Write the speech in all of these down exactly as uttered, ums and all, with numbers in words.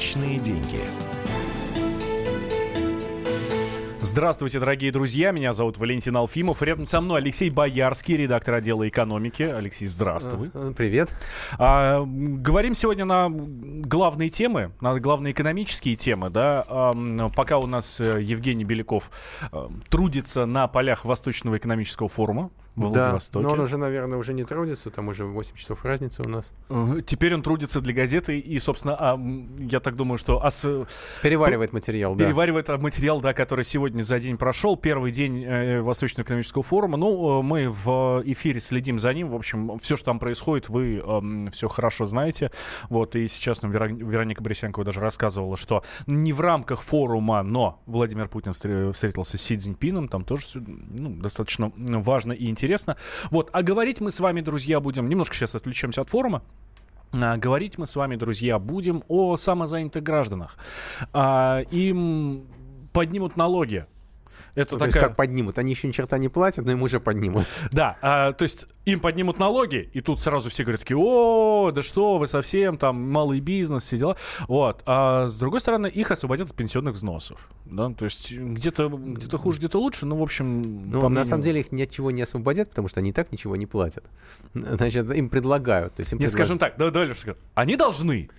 Личные деньги. Здравствуйте, дорогие друзья. Меня зовут Валентин Алфимов. Рядом со мной Алексей Боярский, редактор отдела экономики. Алексей, здравствуй. Привет. А, говорим сегодня на главные темы, на главные экономические темы. Да? А, пока у нас Евгений Беляков а, трудится на полях Восточного экономического форума в Владивостоке. Да, но он уже, наверное, уже не трудится. Там уже восемь часов разницы у нас. Теперь он трудится для газеты и, собственно, а, я так думаю, что... Ос... Переваривает материал, да. Переваривает материал, да, который сегодня за день прошел. Первый день э, Восточного экономического форума. Ну, э, мы в эфире следим за ним. В общем, все, что там происходит, вы э, все хорошо знаете. Вот, и сейчас нам Вера... Вероника Борисенкова даже рассказывала, что не в рамках форума, но Владимир Путин встретился с Си Цзиньпином. Там тоже ну, достаточно важно и интересно. Вот, а говорить мы с вами, друзья, будем... Немножко сейчас отвлечемся от форума. А, говорить мы с вами, друзья, будем о самозанятых гражданах. А, им поднимут налоги. Это ну, такая... То есть как поднимут? Они еще ни черта не платят, но им уже поднимут. Да, а, то есть им поднимут налоги, и тут сразу все говорят такие: о, да что вы совсем, там малый бизнес, все дела. Вот. А с другой стороны, их освободят от пенсионных взносов. Да? То есть где-то, где-то хуже, где-то лучше, ну, в общем... Ну, на самом деле их ни от чего не освободят, потому что они и так ничего не платят. Значит, им предлагают. То есть им Нет, предлаг... скажем так, да, давай, Леша, они должны.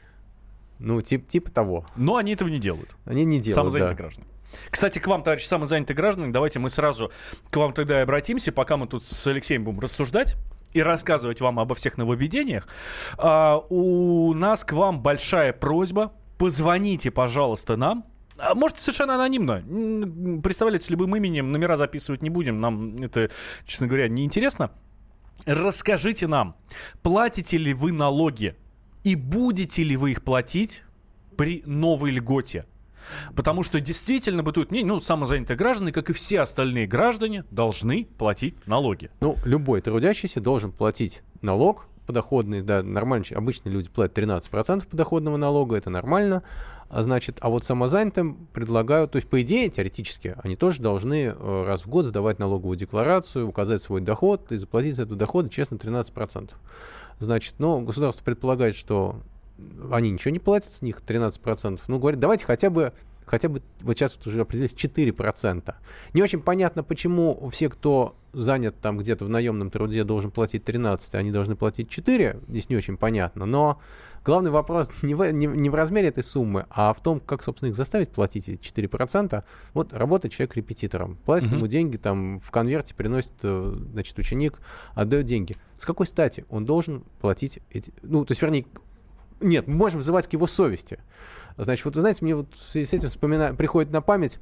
Ну, тип, типа того. Но они этого не делают. Они не делают, самозанятые да. граждане. Кстати, к вам, товарищи самозанятые граждане, давайте мы сразу к вам тогда и обратимся, пока мы тут с Алексеем будем рассуждать и рассказывать вам обо всех нововведениях. А, у нас к вам большая просьба. Позвоните, пожалуйста, нам. А можете совершенно анонимно. Представляете, с любым именем, номера записывать не будем. Нам это, честно говоря, неинтересно. Расскажите нам, платите ли вы налоги и будете ли вы их платить при новой льготе. Потому что действительно бытует мнение, ну, самозанятые граждане, как и все остальные граждане, должны платить налоги. Ну, любой трудящийся должен платить налог подоходный, да, нормально, обычные люди платят тринадцать процентов подоходного налога, это нормально, а, значит, а вот самозанятым предлагают, то есть, по идее, теоретически, они тоже должны раз в год сдавать налоговую декларацию, указать свой доход и заплатить за этот доход, честно, тринадцать процентов. Значит, но государство предполагает, что они ничего не платят, с них тринадцать процентов. Ну, говорят, давайте хотя бы, хотя бы вот сейчас вот уже определились четыре процента. Не очень понятно, почему все, кто занят там где-то в наемном труде, должен платить тринадцать, а они должны платить четыре. Здесь не очень понятно. Но главный вопрос не в, не, не в размере этой суммы, а в том, как, собственно, их заставить платить эти четыре процента. Вот работает человек репетитором, платит uh-huh. ему деньги, там в конверте приносит, значит, ученик, отдает деньги. С какой стати он должен платить эти... Ну, то есть, вернее, нет, мы можем взывать к его совести. Значит, вот вы знаете, мне вот в связи с этим вспомина... приходит на память,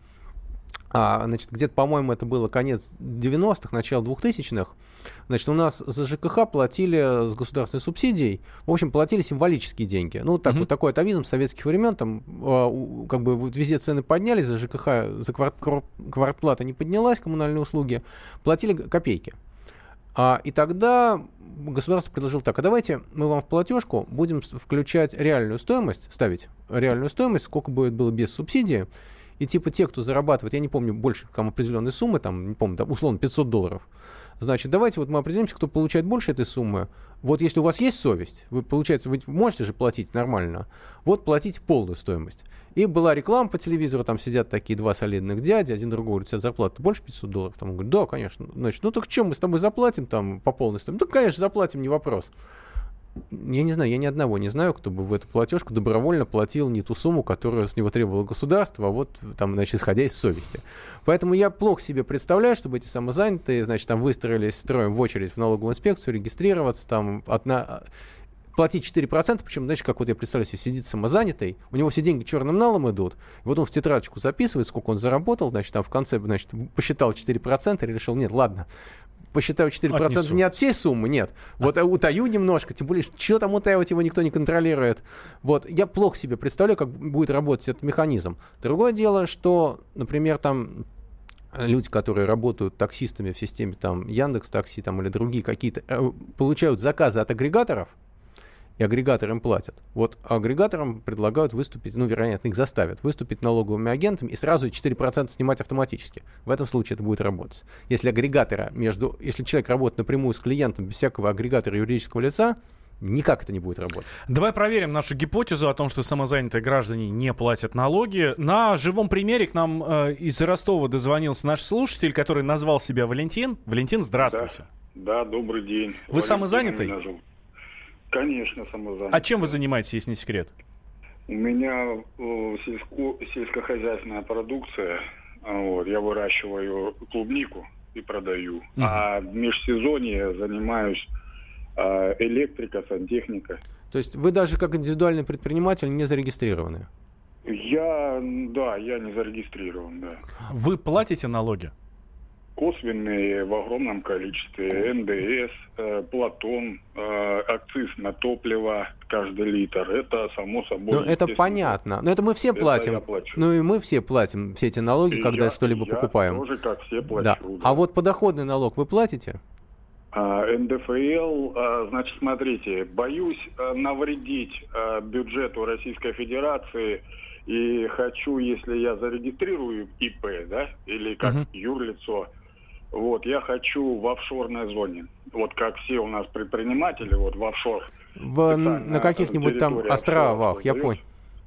а, значит, где-то, по-моему, это было конец девяностых, начало двухтысячных. Значит, у нас за ЖКХ платили с государственной субсидией, в общем, платили символические деньги. Ну, так, mm-hmm. вот такой атовизм советских времен, там, а, как бы вот везде цены поднялись, за ЖКХ, за кварт... квартплата не поднялась, коммунальные услуги, платили копейки. А, и тогда государство предложило так: а давайте мы вам в платежку будем включать реальную стоимость, ставить реальную стоимость, сколько будет было без субсидии. И типа те, кто зарабатывает, я не помню, больше там определенной суммы, там, не помню, там, условно пятьсот долларов. Значит, давайте вот мы определимся, кто получает больше этой суммы. Вот если у вас есть совесть, вы, получается, вы можете же платить нормально, вот платите полную стоимость. И была реклама по телевизору, там сидят такие два солидных дяди, один другой говорит: у тебя зарплата больше пятьсот долларов? Там он говорит: да, конечно. Значит, ну так что, мы с тобой заплатим там по полной стоимости? Ну, конечно, заплатим, не вопрос. Я не знаю, я ни одного не знаю, кто бы в эту платежку добровольно платил не ту сумму, которую с него требовало государство, а вот там, значит, исходя из совести. Поэтому я плохо себе представляю, чтобы эти самозанятые, значит, там выстроились строем в очередь в налоговую инспекцию, регистрироваться, там, одна... платить четыре процента, причем, знаете, как вот я представляю себе, сидит самозанятый, у него все деньги черным налом идут, и вот он в тетрадочку записывает, сколько он заработал, значит, там в конце, значит, посчитал четыре процента и решил: нет, ладно, посчитаю четыре процента Отнесу. Не от всей суммы, нет. Вот утаю немножко, тем более, что там утаивать его никто не контролирует. Вот, я плохо себе представляю, как будет работать этот механизм. Другое дело, что, например, там люди, которые работают таксистами в системе там Яндекс.Такси там, или другие какие-то, получают заказы от агрегаторов, и агрегаторы им платят. Вот агрегаторам предлагают выступить, ну, вероятно, их заставят выступить налоговыми агентами и сразу четыре процента снимать автоматически. В этом случае это будет работать. Если агрегатора между, если человек работает напрямую с клиентом без всякого агрегатора юридического лица, никак это не будет работать. Давай проверим нашу гипотезу о том, что самозанятые граждане не платят налоги. На живом примере к нам э, из Ростова дозвонился наш слушатель, который назвал себя Валентин. Валентин, здравствуйте. Да, да, добрый день. Вы Валентин самозанятый? Конечно, самозанятый. А чем вы занимаетесь, если не секрет? У меня э, сельско- сельскохозяйственная продукция. Вот, я выращиваю клубнику и продаю. Uh-huh. А в межсезонье занимаюсь э, электрика, сантехника. То есть вы даже как индивидуальный предприниматель не зарегистрированы? Я, да, я не зарегистрирован, да. Вы платите налоги? Косвенные в огромном количестве. эн дэ эс, э, Платон, э, акциз на топливо каждый литр. Это само собой. Ну, это понятно. Но это мы все это платим. Ну и мы все платим все эти налоги, и когда я, что-либо я покупаем. Тоже как все плачу. Да. Да. А вот подоходный налог вы платите? А, эн дэ эф эл, а, значит, смотрите, боюсь а, навредить а, бюджету Российской Федерации. И хочу, если я зарегистрирую и пэ, да, или как uh-huh. юрлицо, вот, я хочу в офшорной зоне. Вот как все у нас предприниматели, вот в офшор. В, на каких-нибудь там островах, я понял.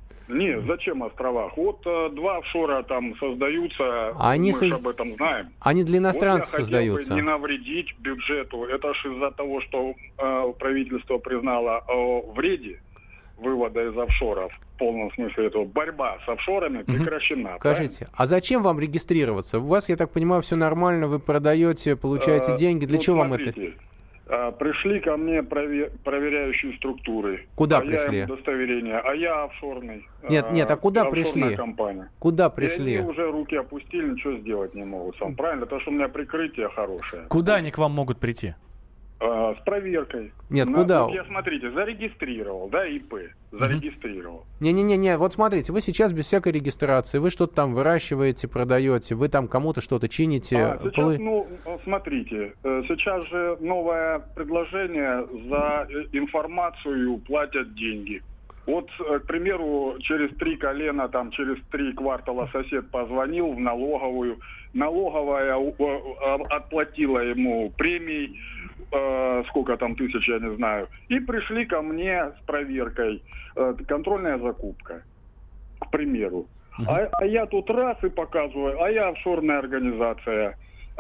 Не, зачем островах? Вот э, два офшора там создаются, они мы со... же об этом знаем. Они для иностранцев вот я создаются. Хотел бы не навредить бюджету. Это же из-за того, что э, правительство признало о вреде вывода из офшоров. В полном смысле этого. Борьба с офшорами прекращена. Скажите, правильно? А зачем вам регистрироваться? У вас, я так понимаю, все нормально, вы продаете, получаете а, деньги. Для ну, чего смотрите, вам это? А, пришли ко мне провер... проверяющие структуры. Куда а пришли? Я им удостоверение, а я офшорный. Нет, нет, а куда пришли? Компания. Куда пришли? И они уже руки опустили, ничего сделать не могут сам. Правильно? Потому что у меня прикрытие хорошее. Куда они к вам могут прийти? А, с проверкой. Нет, На, куда? Вот я, смотрите, зарегистрировал, да, и пэ, зарегистрировал. Не-не-не, вот смотрите, вы сейчас без всякой регистрации, вы что-то там выращиваете, продаете, вы там кому-то что-то чините. А, сейчас, полы... ну, смотрите, сейчас же новое предложение, за информацию платят деньги. Вот, к примеру, через три колена, там, через три квартала сосед позвонил в налоговую, налоговая отплатила ему премии, э, сколько там тысяч, я не знаю, и пришли ко мне с проверкой, э, контрольная закупка, к примеру. Uh-huh. А, а я тут раз и показываю, а я офшорная организация.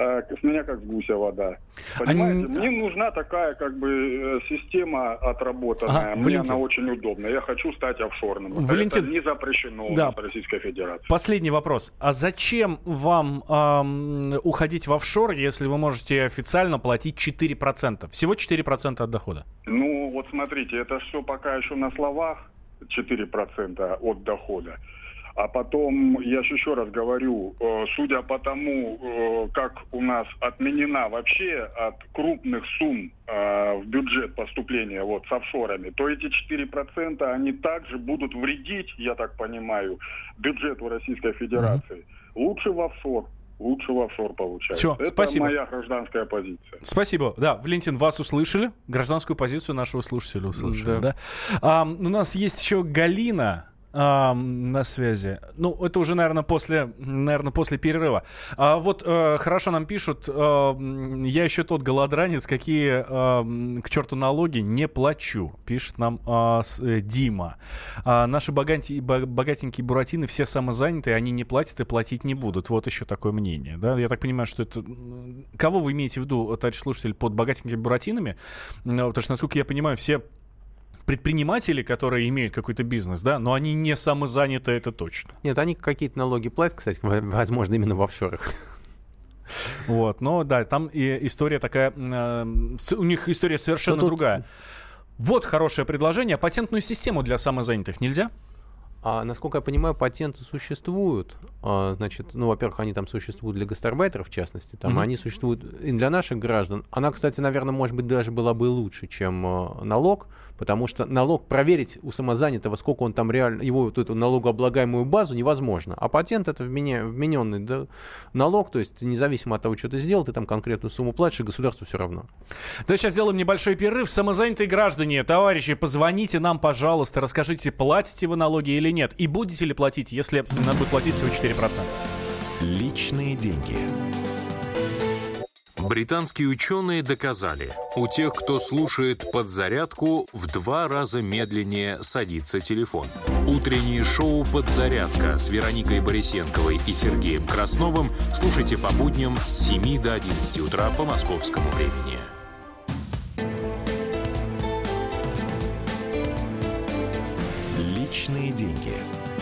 С меня как с гуся вода. Понимаете, Они... мне нужна такая как бы система отработанная. А, мне Валентин. Она очень удобна. Я хочу стать офшорным. Валентин. Это не запрещено да. в Российской Федерации. Последний вопрос. А зачем вам эм, уходить в офшор, если вы можете официально платить четыре процента? Всего четыре процента от дохода. Ну, вот смотрите, это все пока еще на словах четыре процента от дохода. А потом, я же еще раз говорю, судя по тому, как у нас отменена вообще от крупных сумм в бюджет поступления вот с офшорами, то эти четыре процента, они также будут вредить, я так понимаю, бюджету Российской Федерации. Mm-hmm. Лучше в офшор. Лучше в офшор получается. Все, это спасибо. моя гражданская позиция. Спасибо. Да, Валентин, вас услышали. Гражданскую позицию нашего слушателя услышали. Да. Да? А, у нас есть еще Галина. А, на связи. Ну, это уже, наверное, после, наверное, после перерыва. А вот э, хорошо нам пишут, э, я еще тот голодранец, какие э, к черту налоги не плачу, пишет нам э, с, э, Дима. А наши богати, богатенькие буратины все самозанятые, они не платят и платить не будут. Вот еще такое мнение. Да? Я так понимаю, что это... Кого вы имеете в виду, товарищ слушатель, под богатенькими буратинами? Ну, потому что, насколько я понимаю, все... предприниматели, которые имеют какой-то бизнес, да, но они не самозаняты, это точно. Нет, они какие-то налоги платят, кстати, возможно, именно в офшорах. Вот, но да, там и история такая, э, у них история совершенно тут... другая. Вот хорошее предложение. Патентную систему для самозанятых нельзя? А, насколько я понимаю, патенты существуют. А, значит, ну, во-первых, они там существуют для гастарбайтеров, в частности. Там mm-hmm. они существуют и для наших граждан. Она, кстати, наверное, может быть, даже была бы лучше, чем э, налог, потому что налог проверить у самозанятого, сколько он там реально, его вот эту налогооблагаемую базу, невозможно. А патент — это вменя, вмененный да, налог, то есть независимо от того, что ты сделал, ты там конкретную сумму платишь, и государству все равно. Да, сейчас сделаем небольшой перерыв. Самозанятые граждане, товарищи, позвоните нам, пожалуйста, расскажите, платите вы налоги или нет, и будете ли платить, если надо будет платить всего четыре процента. Личные деньги. Британские ученые доказали, у тех, кто слушает «Подзарядку», в два раза медленнее садится телефон. Утреннее шоу «Подзарядка» с Вероникой Борисенковой и Сергеем Красновым слушайте по будням с семи до одиннадцати утра по московскому времени. Личные деньги.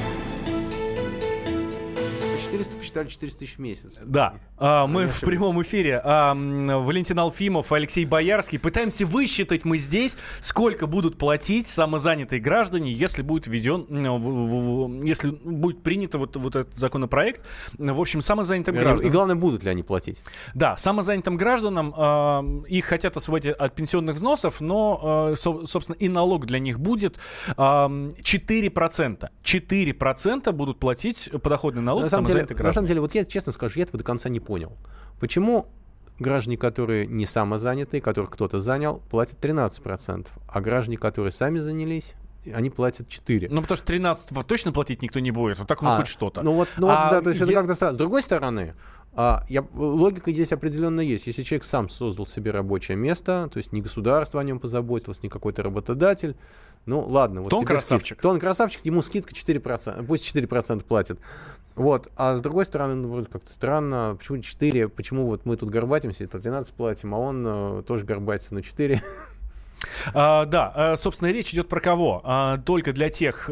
четыреста посчитали четыреста тысяч в месяц. Да, а, мы в прямом эфире. А, Валентин Алфимов, Алексей Боярский. Пытаемся высчитать мы здесь, сколько будут платить самозанятые граждане, если будет введен, если будет принят вот, вот этот законопроект. В общем, самозанятым и, гражданам. И главное, будут ли они платить? Да, самозанятым гражданам а, их хотят освободить от пенсионных взносов, но, а, со, собственно, и налог для них будет а, четыре процента. четыре процента будут платить подоходный налог на самозанятых деле, граждан. На самом деле, вот я честно скажу, я этого до конца не понял. Почему граждане, которые не самозанятые, которых кто-то занял, платят тринадцать процентов, а граждане, которые сами занялись, они платят четыре процента? Ну, потому что тринадцать точно платить никто не будет. Вот так, ну, а, хоть что-то. Ну, вот, ну, а, вот, да, то есть я... это как-то странно. С другой стороны, а, я, логика здесь определенно есть. Если человек сам создал себе рабочее место, то есть не государство о нем позаботилось, не какой-то работодатель, ну, ладно. Вот то он тебе красавчик. Скидка. То он красавчик, ему скидка четыре процента, пусть четыре процента платит. Вот. А с другой стороны, ну, вроде как-то странно, почему четыре, почему вот мы тут горбатимся, это тринадцать платим, а он э, тоже горбатится на четыре. А, да, а, собственно, речь идет про кого? А, только для тех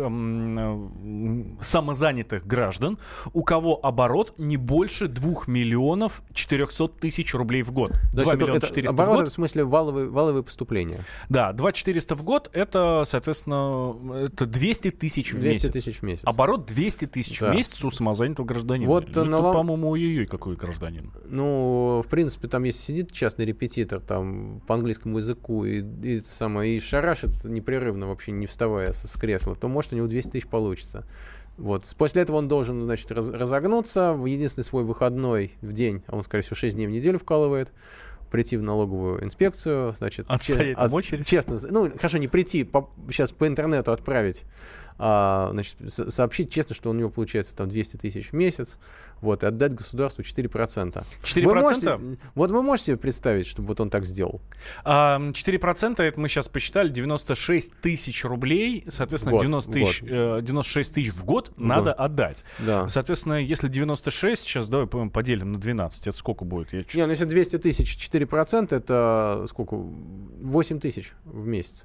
м, самозанятых граждан, у кого оборот не больше двух миллионов четырехсот тысяч рублей в год. два миллиона четыреста в год. Оборот, в смысле, валовые, валовые поступления. Да, два миллиона четыреста в год, это, соответственно, это двести тысяч в месяц. двести тысяч в месяц. Оборот двести тысяч да. в месяц у самозанятого гражданина. Вот, ну, налог... это, по-моему, ой-ой-ой, какой гражданин. Ну, в принципе, там, если сидит частный репетитор там, по английскому языку и, и, это самое, и шарашит непрерывно, вообще не вставая с, с кресла, то, может, у него двести тысяч получится. Вот. После этого он должен, значит, раз, разогнуться в единственный свой выходной в день, а он, скорее всего, шесть дней в неделю вкалывает, прийти в налоговую инспекцию, значит... Отстоять че- в очередь. Честно, ну, хорошо, не прийти, по, сейчас по интернету отправить, а, значит, со- сообщить честно, что у него получается там двести тысяч в месяц, вот, и отдать государству четыре процента. четыре процента? Вы можете, вот вы можете себе представить, чтобы вот он так сделал? четыре процента, это мы сейчас посчитали, девяносто шесть тысяч рублей, соответственно, год, девяносто тысяч, год. э, девяносто шесть тысяч в год В надо год. отдать. Да. Соответственно, если девяносто шесть, сейчас давай по-моему, поделим на двенадцать, это сколько будет? Я чуть... Не, ну если двести тысяч, четыре процента, это сколько? восемь тысяч в месяц.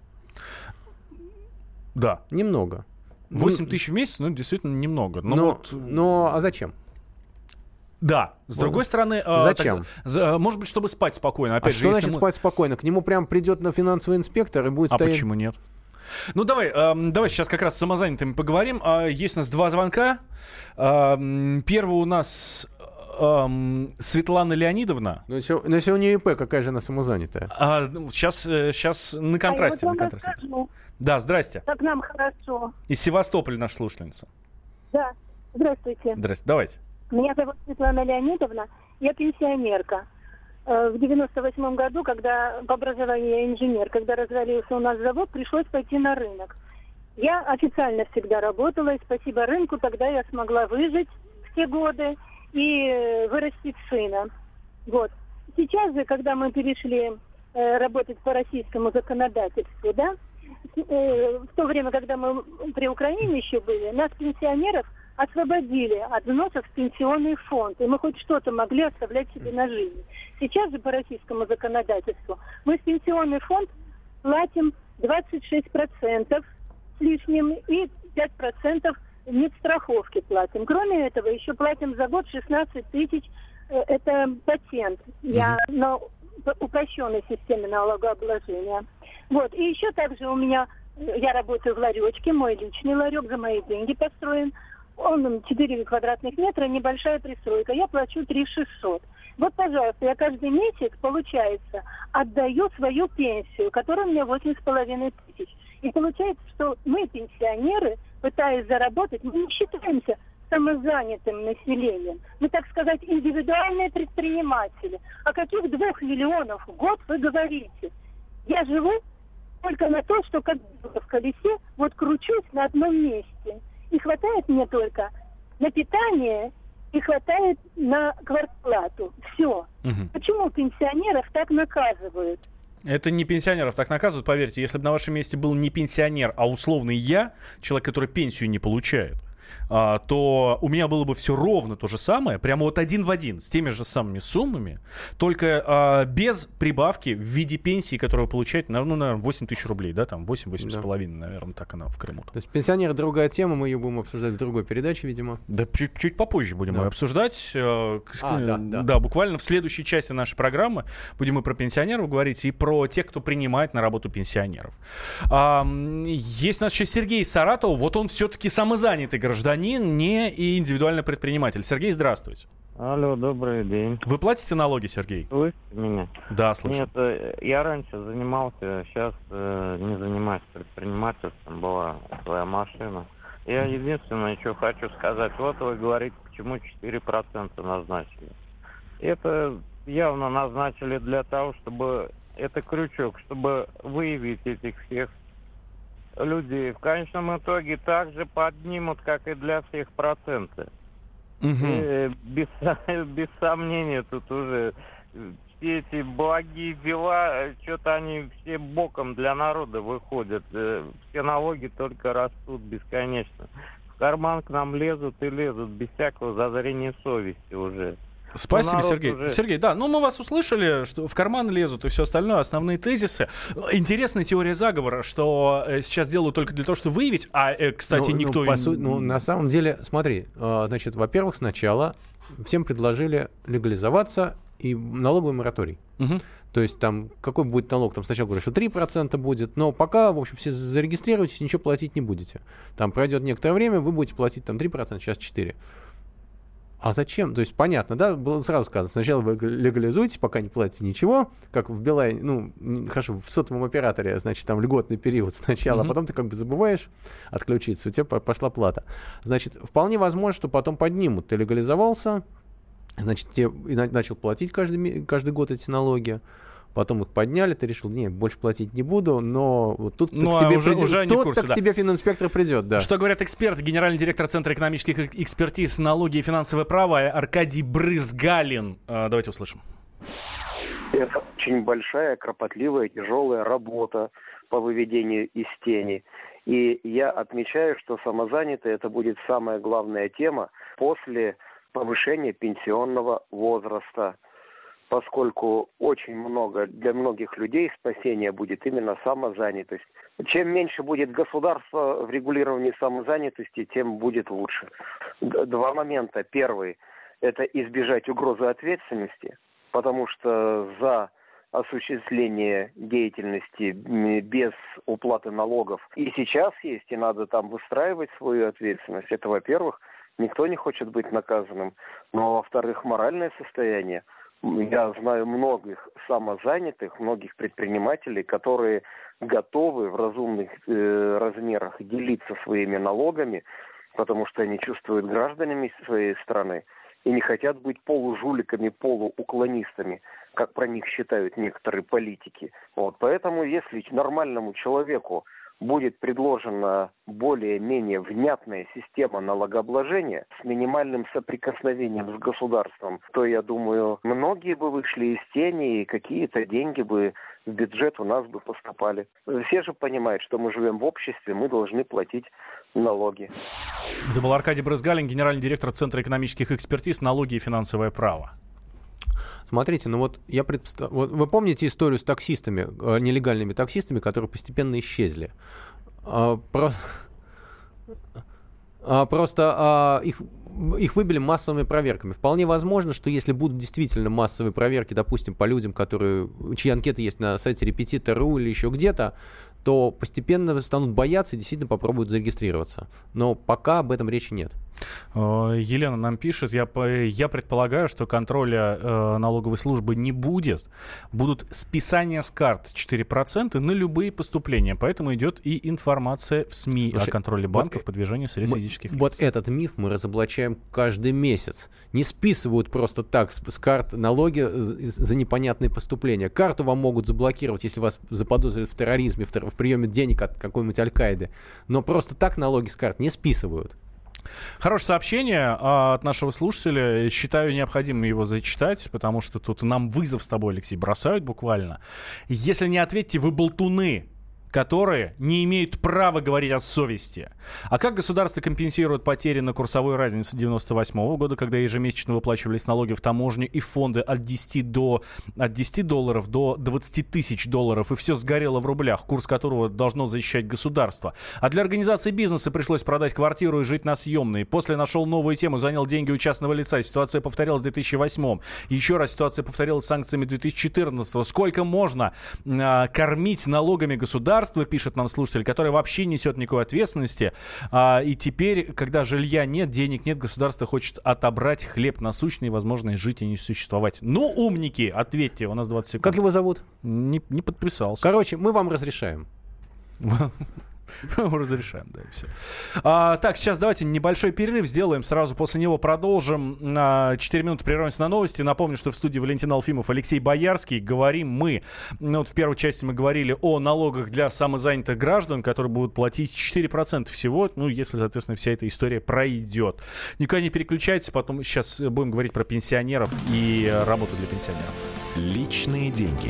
Да. Немного. восемь тысяч в месяц, ну, действительно, немного. Но, Но, вот... но а зачем? Да, с Вот. другой стороны... э, Зачем? так, за- может быть, чтобы спать спокойно. Опять а же, что если значит мы- спать спокойно? К нему прям придет на финансовый инспектор и будет А стоять... почему нет? Ну, давай, эм, давай сейчас как раз с самозанятыми поговорим. А, есть у нас два звонка. Эм, первый у нас эм, Светлана Леонидовна. Ну если, ну, если у нее ИП, какая же она самозанятая? А, ну, сейчас, э, сейчас на контрасте. А я на вот вам контрасте. расскажу, Да, здрасте. как нам хорошо. Из Севастополя наша слушательница. Да, здравствуйте. Здрасте, давайте. Меня зовут Светлана Леонидовна. Я пенсионерка. Э, В девяносто восьмом году, когда по образованию я инженер, когда развалился у нас завод, пришлось пойти на рынок. Я официально всегда работала, и спасибо рынку тогда я смогла выжить в те годы и э, вырастить сына. Вот. Сейчас же, когда мы перешли э, работать по российскому законодательству, да, э, в то время, когда мы при Украине еще были, нас, пенсионеров, освободили от взносов в пенсионный фонд, и мы хоть что-то могли оставлять себе на жизнь. Сейчас же по российскому законодательству мы в пенсионный фонд платим двадцать шесть процентов с лишним и пять процентов медстраховки платим. Кроме этого, еще платим за год шестнадцать тысяч, э, это патент. Я на упрощенной системе налогообложения. Вот. И еще также у меня, я работаю в ларечке, мой личный ларек за мои деньги построен. Он четыре квадратных метра, небольшая пристройка. Я плачу три тысячи шестьсот. Вот, пожалуйста, я каждый месяц, получается, отдаю свою пенсию, которая у меня восемь с половиной тысяч. И получается, что мы, пенсионеры, пытаясь заработать, мы не считаемся самозанятым населением. Мы, так сказать, индивидуальные предприниматели. О каких двух миллионов в год вы говорите? Я живу только на то, что как в колесе, вот кручусь на одном месте. И хватает мне только на питание и хватает на квартплату. Все. Мгм. Почему пенсионеров так наказывают? Это не пенсионеров так наказывают, поверьте. Если бы на вашем месте был не пенсионер, а условный я, человек, который пенсию не получает, а, то у меня было бы все ровно то же самое, прямо вот один в один, с теми же самыми суммами, только а, без прибавки в виде пенсии, которую вы получаете, ну, наверное, восемь тысяч рублей, да, там восемь-восемь с половиной, наверное, так она в Крыму. То есть пенсионеры — другая тема, мы ее будем обсуждать в другой передаче, видимо. Да, чуть, чуть попозже будем Да. ее обсуждать. э, с- А, да, э, да. да, буквально в следующей части нашей программы будем и про пенсионеров говорить, и про тех, кто принимает на работу пенсионеров. А, м, есть у нас еще Сергей из Саратова. Вот он все-таки самозанятый гражданин, не и индивидуальный предприниматель. Сергей, здравствуйте. Алло, добрый день. Вы платите налоги, Сергей? Слышите меня? Да, слышу. Нет, э, я раньше занимался, сейчас э, не занимаюсь предпринимательством, была своя машина. Я единственное, что хочу сказать, вот вы говорите, почему четыре процента назначили. Это явно назначили для того, чтобы, это крючок, чтобы выявить этих всех людей. В конечном итоге так же поднимут, как и для всех проценты. Мгм. Э, без, без сомнения, тут уже все эти благие дела, что-то они все боком для народа выходят. Э, Все налоги только растут бесконечно. В карман к нам лезут и лезут без всякого зазрения совести уже. Спасибо, народ Сергей. уже- Сергей, да, ну мы вас услышали, что в карман лезут и все остальное, основные тезисы. Интересная теория заговора, что э, сейчас делают только для того, чтобы выявить, а, э, кстати, Ну, ну, никто... по и- су- ну, на самом деле, смотри, э, значит, во-первых, сначала всем предложили легализоваться и налоговый мораторий. Мгм. То есть там какой будет налог? Там сначала говорят, что три процента будет, но пока, в общем, все зарегистрируетесь, ничего платить не будете. Там пройдет некоторое время, вы будете платить там три процента, сейчас четыре процента. А зачем? То есть понятно, да, было сразу сказано, сначала вы легализуете, пока не платите ничего, как в Билайне, ну, не- хорошо, в сотовом операторе, значит, там льготный период сначала, Мгм. а потом ты как бы забываешь отключиться, у тебя по- пошла плата. Значит, вполне возможно, что потом поднимут. Ты легализовался, значит, тебе и на- начал платить каждый, ме- каждый год эти налоги. Потом их подняли, ты решил, не, больше платить не буду, но вот тут Ну, к а тебе уже- придет, уже они в тут курсе, к да. тебе фининспектор придет, да. Что говорят эксперты, генеральный директор Центра экономических экспертиз, налоги и финансовое право Аркадий Брызгалин. Э, Давайте услышим. Это очень большая, кропотливая, тяжелая работа по выведению из тени. И я отмечаю, что самозанятые – это будет самая главная тема после повышения пенсионного возраста, поскольку очень много, для многих людей спасение будет именно самозанятость. Чем меньше будет государство в регулировании самозанятости, тем будет лучше. Д- Два момента. Первый – это избежать угрозы ответственности, потому что за осуществление деятельности м, без уплаты налогов и сейчас есть, и надо там выстраивать свою ответственность. Это, во-первых, никто не хочет быть наказанным. Но, во-вторых, моральное состояние. Я знаю многих самозанятых, многих предпринимателей, которые готовы в разумных э, размерах делиться своими налогами, потому что они чувствуют гражданами своей страны и не хотят быть полужуликами, полууклонистами, как про них считают некоторые политики. Вот. Поэтому, если нормальному человеку будет предложена более-менее внятная система налогообложения с минимальным соприкосновением с государством, то, я думаю, многие бы вышли из тени, и какие-то деньги бы в бюджет у нас бы поступали. Все же понимают, что мы живем в обществе, мы должны платить налоги. Это был Аркадий Брызгалин, генеральный директор Центра экономических экспертиз, налоги и финансовое право. Смотрите, ну вот я представляю... Вот вы помните историю с таксистами, э, нелегальными таксистами, которые постепенно исчезли? А, про- а, просто а, их, их выбили массовыми проверками. Вполне возможно, что если будут действительно массовые проверки, допустим, по людям, которые, чьи анкеты есть на сайте репетитор точка ру или еще где-то, то постепенно станут бояться и действительно попробуют зарегистрироваться. Но пока об этом речи нет. Э, Елена нам пишет, я, по- я предполагаю, что контроля э, налоговой службы не будет. Будут списания с карт четыре процента на любые поступления. Поэтому идет и информация в СМИ Слушай, о контроле вот банков по движению средств Мы- физических лиц. Вот этот миф мы разоблачаем каждый месяц. Не списывают просто так с, с карт налоги за, за непонятные поступления. Карту вам могут заблокировать, если вас заподозрят в терроризме, в, тер- в приеме денег от какой-нибудь Аль-Каиды. Но просто так налоги с карт не списывают. Хорошее сообщение а, от нашего слушателя. Считаю необходимым его зачитать, потому что тут нам вызов с тобой, Алексей, бросают буквально. Если не ответите, вы болтуны, которые не имеют права говорить о совести. А как государство компенсирует потери на курсовой разнице девяносто восьмого года, когда ежемесячно выплачивались налоги в таможню и фонды от десяти, до, от десяти долларов до двадцати тысяч долларов, и все сгорело в рублях, курс которого должно защищать государство. А для организации бизнеса пришлось продать квартиру и жить на съемной. После нашел новую тему, занял деньги у частного лица. Ситуация повторялась в две тысячи восьмом. Еще раз ситуация повторилась с санкциями две тысячи четырнадцатого. Сколько можно а, кормить налогами государства, пишет нам слушатель, который вообще несет никакой ответственности. А, и теперь, когда жилья нет, денег нет, государство хочет отобрать хлеб насущный, возможно, жить и не существовать. Ну, умники, ответьте, у нас двадцать секунд. Как его зовут? Не, не подписался. Короче, мы вам разрешаем. Разрешаем, да, и все. А, так, сейчас давайте небольшой перерыв сделаем. Сразу после него продолжим. На четыре минуты прервемся на новости. Напомню, что в студии Валентин Алфимов, Алексей Боярский. Говорим мы, ну, вот в первой части мы говорили о налогах для самозанятых граждан, которые будут платить четыре процента всего, ну, если, соответственно, вся эта история пройдет. Никуда не переключайтесь, потом сейчас будем говорить про пенсионеров и работу для пенсионеров. Личные деньги.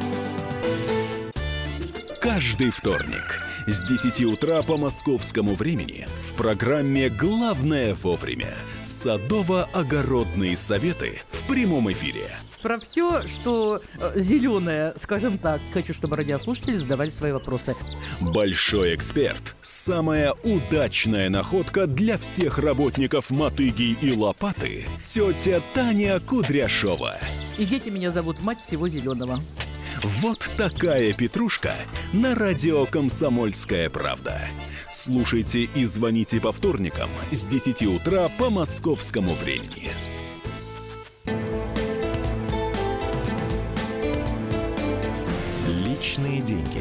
Каждый вторник с десяти утра по московскому времени в программе «Главное вовремя» садово-огородные советы в прямом эфире. Про все, что э, зеленое, скажем так, хочу, чтобы радиослушатели задавали свои вопросы. Большой эксперт. Самая удачная находка для всех работников мотыги и лопаты. Тетя Таня Кудряшова. И дети меня зовут мать всего зеленого. Вот такая петрушка на радио «Комсомольская правда». Слушайте и звоните по вторникам с десяти утра по московскому времени. Личные деньги.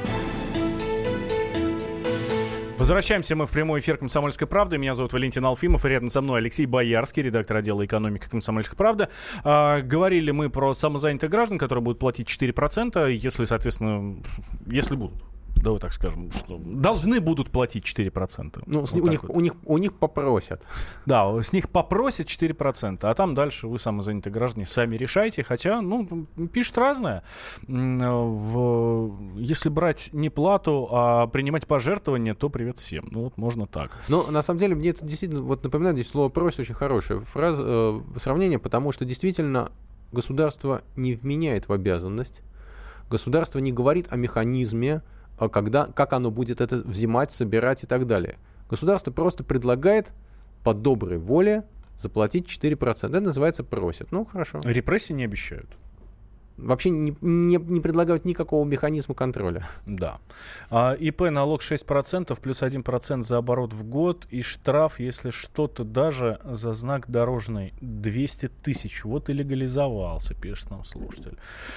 Возвращаемся мы в прямой эфир «Комсомольской правды». Меня зовут Валентин Алфимов, и рядом со мной Алексей Боярский, редактор отдела экономики «Комсомольской правды». А, говорили мы про самозанятых граждан, которые будут платить четыре процента, если, соответственно, если будут. Давай так скажем, что должны будут платить четыре процента. Ну, вот у, них, вот. у, них, у них попросят. Да, с них попросят четыре процента, а там дальше вы, самозанятые граждане, сами решайте. Хотя, ну, пишут разное. В... Если брать не плату, а принимать пожертвования, то привет всем. Ну, вот можно так. Ну, на самом деле, мне это действительно вот напоминает, здесь слово «просит» очень хорошее фраза, э, сравнение, потому что действительно государство не вменяет в обязанность, государство не говорит о механизме, когда, как оно будет это взимать, собирать и так далее. Государство просто предлагает по доброй воле заплатить четыре процента. Это называется «просят». Ну, хорошо. Репрессии не обещают. Вообще не, не, не предлагают никакого механизма контроля. Да. А, ИП налог шесть процентов плюс один процент за оборот в год и штраф, если что-то даже за знак дорожный, двести тысяч. Вот и легализовался, пишет нам слушатель.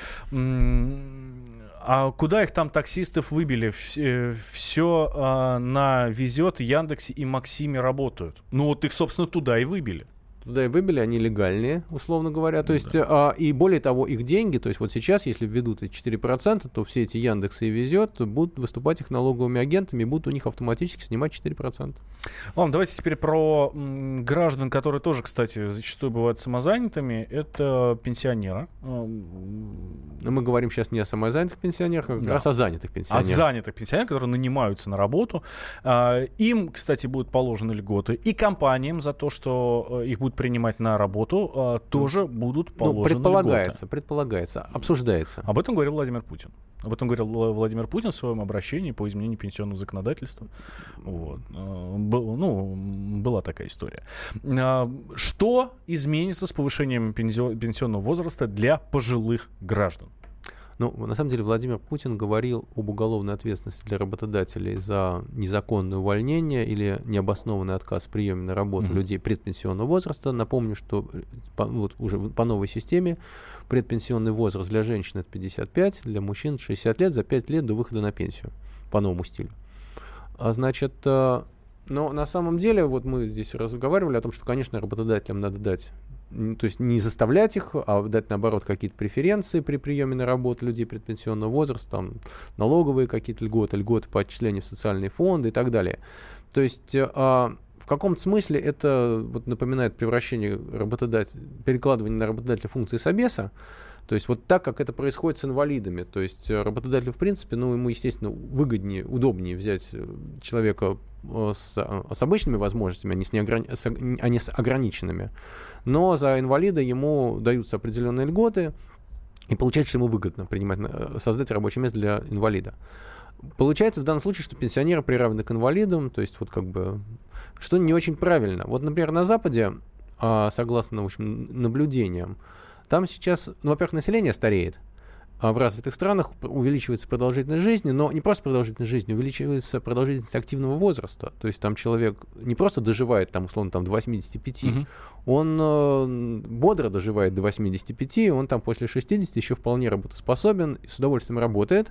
А куда их там таксистов выбили? Все, все а, на Везет, Яндексе и Максиме работают. Ну вот их, собственно, туда и выбили. Туда и выбили, они легальные, условно говоря. То есть, да. а, и более того, их деньги, то есть вот сейчас, если введут эти четыре процента, то все эти Яндексы и Везет будут выступать их налоговыми агентами и будут у них автоматически снимать четыре процента. Ладно, давайте теперь про м, граждан, которые тоже, кстати, зачастую бывают самозанятыми. Это пенсионеры. Но мы говорим сейчас не о самозанятых пенсионерах, а как да. раз о занятых пенсионерах. О занятых пенсионерах, которые нанимаются на работу. А, им, кстати, будут положены льготы. И компаниям за то, что их будут принимать на работу, а, тоже ну, будут положены ну, предполагается, льготы. Предполагается, обсуждается. Об этом говорил Владимир Путин. Об этом говорил Владимир Путин в своем обращении по изменению пенсионного законодательства. Вот. Был, ну, была такая история. Что изменится с повышением пенсионного возраста для пожилых граждан? Ну, на самом деле, Владимир Путин говорил об уголовной ответственности для работодателей за незаконное увольнение или необоснованный отказ в приеме на работу mm-hmm. людей предпенсионного возраста. Напомню, что по, вот, уже по новой системе предпенсионный возраст для женщин это пятьдесят пять, для мужчин шестьдесят лет, за пять лет до выхода на пенсию по новому стилю. А, значит, но на самом деле, вот мы здесь разговаривали о том, что, конечно, работодателям надо дать, то есть не заставлять их, а дать, наоборот, какие-то преференции при приеме на работу людей предпенсионного возраста, там, налоговые какие-то льготы, льготы по отчислению в социальные фонды и так далее. То есть а, в каком-то смысле это вот напоминает превращение работодателя, перекладывание на работодателя функции собеса. То есть вот так, как это происходит с инвалидами. То есть работодателю, в принципе, ну, ему, естественно, выгоднее, удобнее взять человека с, с обычными возможностями, а не с, неограни... а не с ограниченными. Но за инвалида ему даются определенные льготы, и получается, что ему выгодно принимать, создать рабочее место для инвалида. Получается в данном случае, что пенсионеры приравнены к инвалидам, то есть вот как бы, что не очень правильно. Вот, например, на Западе, согласно, в общем, наблюдениям, там сейчас, ну, во-первых, население стареет, а в развитых странах увеличивается продолжительность жизни, но не просто продолжительность жизни, увеличивается продолжительность активного возраста. То есть там человек не просто доживает, там, условно, там, до восьмидесяти пяти, mm-hmm. он э, бодро доживает до восьмидесяти пяти, он там после шестидесяти еще вполне работоспособен, и с удовольствием работает.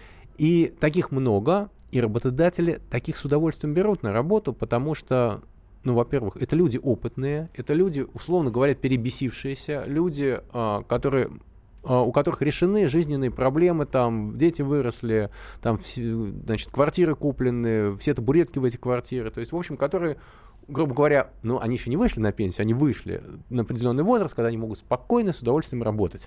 И таких много, и работодатели таких с удовольствием берут на работу, потому что, ну, во-первых, это люди опытные, это люди, условно говоря, перебесившиеся, люди, а, которые, а, у которых решены жизненные проблемы, там, дети выросли, там, все, значит, квартиры куплены, все табуретки в эти квартиры, то есть, в общем, которые, грубо говоря, ну, они еще не вышли на пенсию, они вышли на определенный возраст, когда они могут спокойно, с удовольствием работать.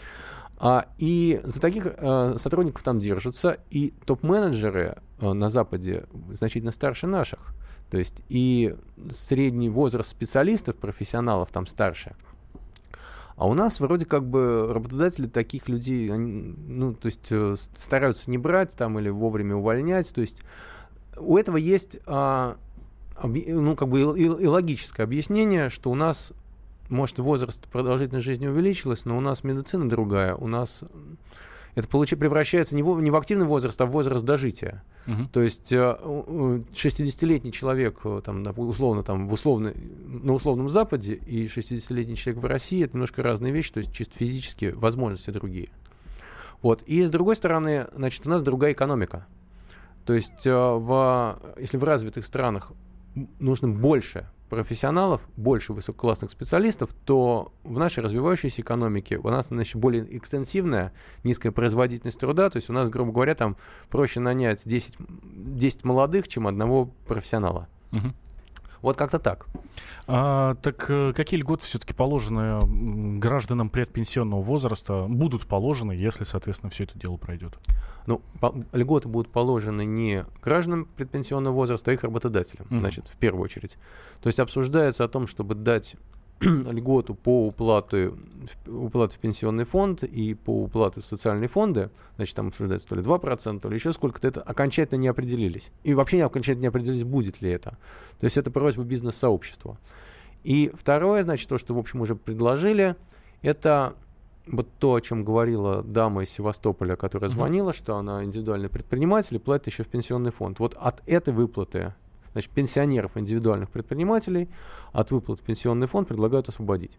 А, и за таких а, сотрудников там держатся, и топ-менеджеры а, на Западе значительно старше наших. То есть и средний возраст специалистов, профессионалов там старше. А у нас вроде как бы работодатели таких людей, они, ну, то есть стараются не брать там или вовремя увольнять. То есть у этого есть а, об, ну, как бы и, и, и логическое объяснение, что у нас, может, возраст продолжительность жизни увеличилась, но у нас медицина другая, у нас это получается, превращается не в, не в активный возраст, а в возраст дожития. Uh-huh. То есть шестидесятилетний человек там, условно, там, в условно, на условном Западе и шестидесятилетний человек в России — это немножко разные вещи, то есть чисто физически возможности другие. Вот. И с другой стороны, значит, у нас другая экономика. То есть в, если в развитых странах нужно больше профессионалов, больше высококлассных специалистов, то в нашей развивающейся экономике у нас, значит, более экстенсивная, низкая производительность труда, то есть у нас, грубо говоря, там проще нанять десять, десять молодых, чем одного профессионала. Угу. Вот как-то так. А, так какие льготы все-таки положены гражданам предпенсионного возраста, будут положены, если, соответственно, все это дело пройдет? Ну, по- льготы будут положены не гражданам предпенсионного возраста, а их работодателям, mm-hmm. значит, в первую очередь. То есть обсуждается о том, чтобы дать льготу по уплате, уплате в пенсионный фонд и по уплате в социальные фонды, значит, там обсуждается то ли два процента, то ли еще сколько-то, это окончательно не определились. И вообще окончательно не определились, будет ли это. То есть это просьба бизнес-сообщества. И второе, значит, то, что, в общем, уже предложили, это вот то, о чем говорила дама из Севастополя, которая звонила, mm-hmm. что она индивидуальный предприниматель и платит еще в пенсионный фонд. Вот от этой выплаты, значит, пенсионеров, индивидуальных предпринимателей от выплат в пенсионный фонд предлагают освободить.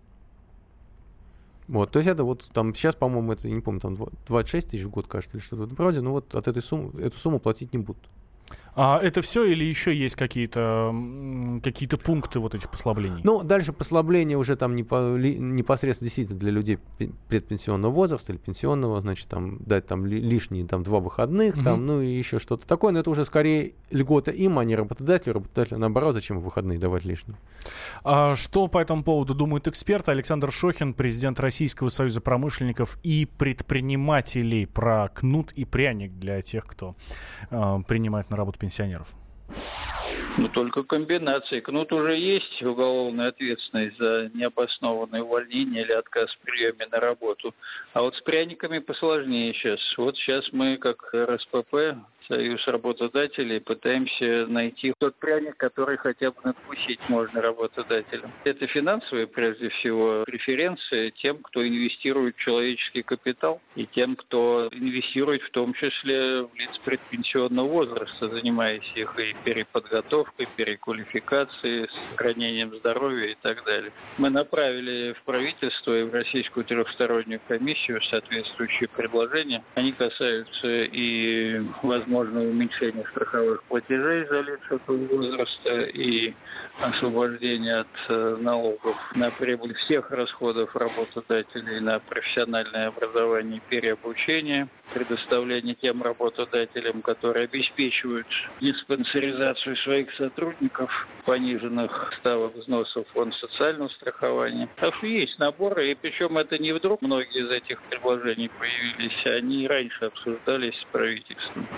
Вот, то есть это вот там сейчас, по-моему, это, я не помню, там двадцать шесть тысяч в год, кажется, или что-то в этом роде, но вот от этой суммы, эту сумму платить не будут. А это все или еще есть какие-то, какие-то пункты вот этих послаблений? Ну, дальше послабления уже там непо, ли, непосредственно действительно для людей предпенсионного возраста или пенсионного, значит, там дать там лишние там, два выходных, угу. там, ну и еще что-то такое, но это уже скорее льгота им, а не работодателю. Работодателю, наоборот, зачем выходные давать лишние. А что по этому поводу думает эксперт Александр Шохин, президент Российского союза промышленников и предпринимателей, про кнут и пряник для тех, кто э, принимает на работу пенсионеров? Ну, только комбинации. Кнут уже есть уголовная ответственность за необоснованное увольнение или отказ в приеме на работу. А вот с пряниками посложнее сейчас. Вот сейчас мы, как эр эс пэ пэ, Союз работодателей, пытаемся найти тот пряник, который хотя бы надкусить можно работодателям. Это финансовые, прежде всего, преференции тем, кто инвестирует в человеческий капитал, и тем, кто инвестирует в том числе в лиц предпенсионного возраста, занимаясь их и переподготовкой, переквалификацией, сохранением здоровья и так далее. Мы направили в правительство и в Российскую трехстороннюю комиссию соответствующие предложения. Они касаются и возможности возможное уменьшение страховых платежей за лиц этого возраста и освобождение от э, налогов на прибыль всех расходов работодателей на профессиональное образование и переобучение, предоставление тем работодателям, которые обеспечивают диспансеризацию своих сотрудников, пониженных ставок взносов в фонд социального страхования. Так что есть наборы, и причем это не вдруг многие из этих предложений появились, они раньше обсуждались с правительством.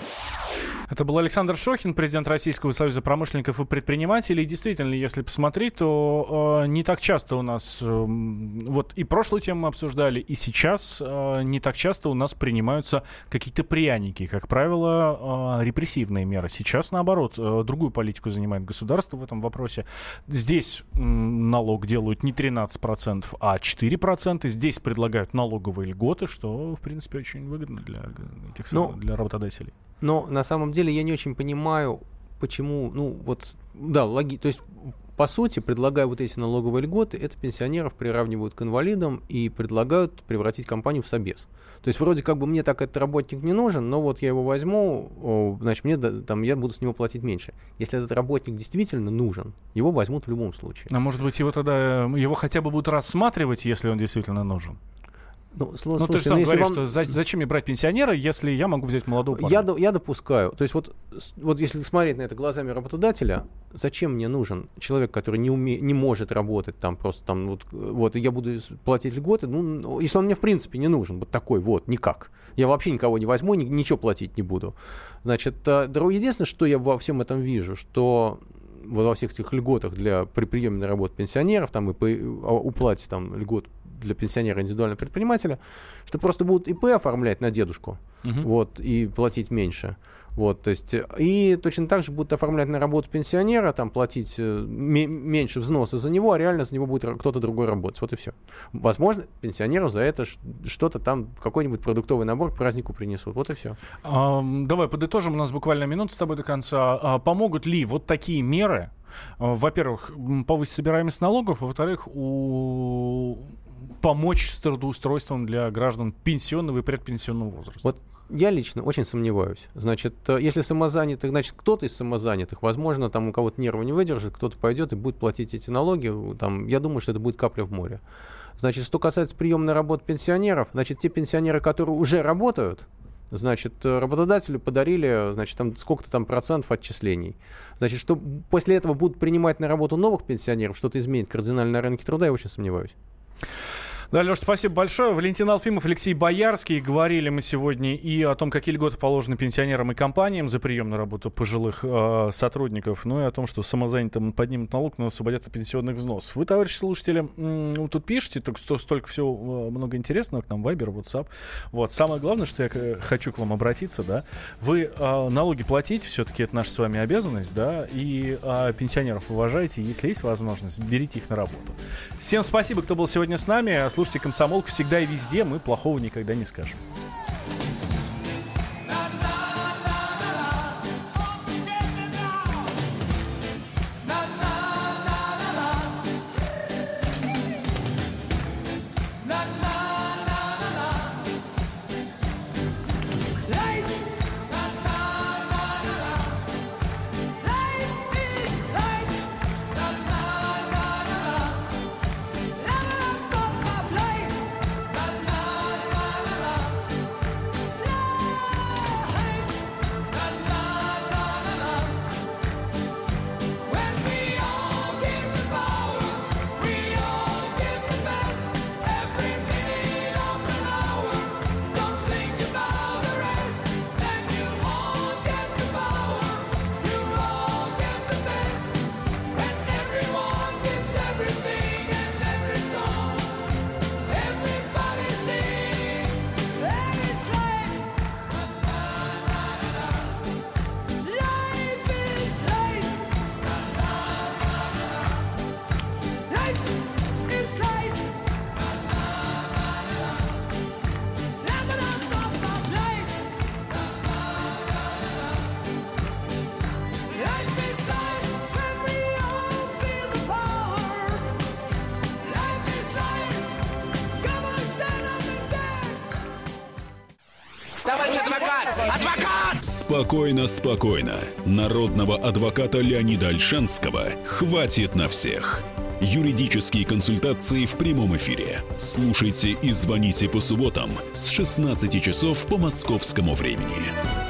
Это был Александр Шохин, президент Российского союза промышленников и предпринимателей. И действительно, если посмотреть, то э, не так часто у нас, э, вот и прошлую тему мы обсуждали, и сейчас э, не так часто у нас принимаются какие-то пряники, как правило, э, репрессивные меры. Сейчас, наоборот, э, другую политику занимает государство в этом вопросе. Здесь э, налог делают не тринадцать процентов, а четыре процента. Здесь предлагают налоговые льготы, что, в принципе, очень выгодно для, этих, но, для работодателей. Но на самом деле я не очень понимаю, почему, ну вот, да, логи, то есть, по сути, предлагая вот эти налоговые льготы, это пенсионеров приравнивают к инвалидам и предлагают превратить компанию в собес. То есть, вроде как бы мне так этот работник не нужен, но вот я его возьму, значит, мне там, я буду с него платить меньше. Если этот работник действительно нужен, его возьмут в любом случае. А может быть, его тогда, его хотя бы будут рассматривать, если он действительно нужен? Ну, слушай, ну ты же сам ну, говоришь, вам... что за, зачем мне брать пенсионера, если я могу взять молодого парня? Я, я допускаю. То есть вот, вот если смотреть на это глазами работодателя, зачем мне нужен человек, который не, уме... не может работать там просто там, вот, вот, и я буду платить льготы, ну, если он мне в принципе не нужен, вот такой вот, никак. Я вообще никого не возьму, ни, ничего платить не буду. Значит, единственное, что я во всем этом вижу, что вот во всех этих льготах для при приеме на работу пенсионеров там, и по уплате там, льгот для пенсионера индивидуального предпринимателя, что просто будут ИП оформлять на дедушку, uh-huh. вот, и платить меньше. Вот, то есть, и точно так же будут оформлять на работу пенсионера, там, платить м- меньше взноса за него, а реально за него будет кто-то другой работать. Вот и все. Возможно, пенсионеру за это что-то там, какой-нибудь продуктовый набор к празднику принесут. Вот и все. А, давай подытожим, у нас буквально минута с тобой до конца. А, помогут ли вот такие меры, а, во-первых, повысить собираемость налогов, во-вторых, у... помочь с трудоустройством для граждан пенсионного и предпенсионного возраста? Вот я лично очень сомневаюсь. Значит, если самозанятых, значит, кто-то из самозанятых, возможно, там у кого-то нервы не выдержит, кто-то пойдет и будет платить эти налоги. Там, я думаю, что это будет капля в море. Значит, что касается приемной работы пенсионеров, значит, те пенсионеры, которые уже работают, значит, работодателю подарили, значит, там сколько-то там процентов отчислений. Значит, что после этого будут принимать на работу новых пенсионеров, что-то изменит кардинально на рынке труда, я очень сомневаюсь. Да, Леш, спасибо большое. Валентин Алфимов, Алексей Боярский. Говорили мы сегодня и о том, какие льготы положены пенсионерам и компаниям за прием на работу пожилых э, сотрудников, ну и о том, что самозанятым поднимут налог, но освободят от пенсионных взносов. Вы, товарищи слушатели, м- тут пишете, так что столько всего э, много интересного к нам, Вайбер, WhatsApp. Вот. Самое главное, что я к- хочу к вам обратиться, да, вы э, налоги платите, все-таки это наша с вами обязанность, да, и э, пенсионеров уважайте, если есть возможность, берите их на работу. Всем спасибо, кто был сегодня с нами. Слушайте «Комсомолку» всегда и везде, мы плохого никогда не скажем. Товарищ адвокат! Адвокат! Спокойно, спокойно. Народного адвоката Леонида Ольшанского хватит на всех. Юридические консультации в прямом эфире. Слушайте и звоните по субботам с шестнадцати часов по московскому времени.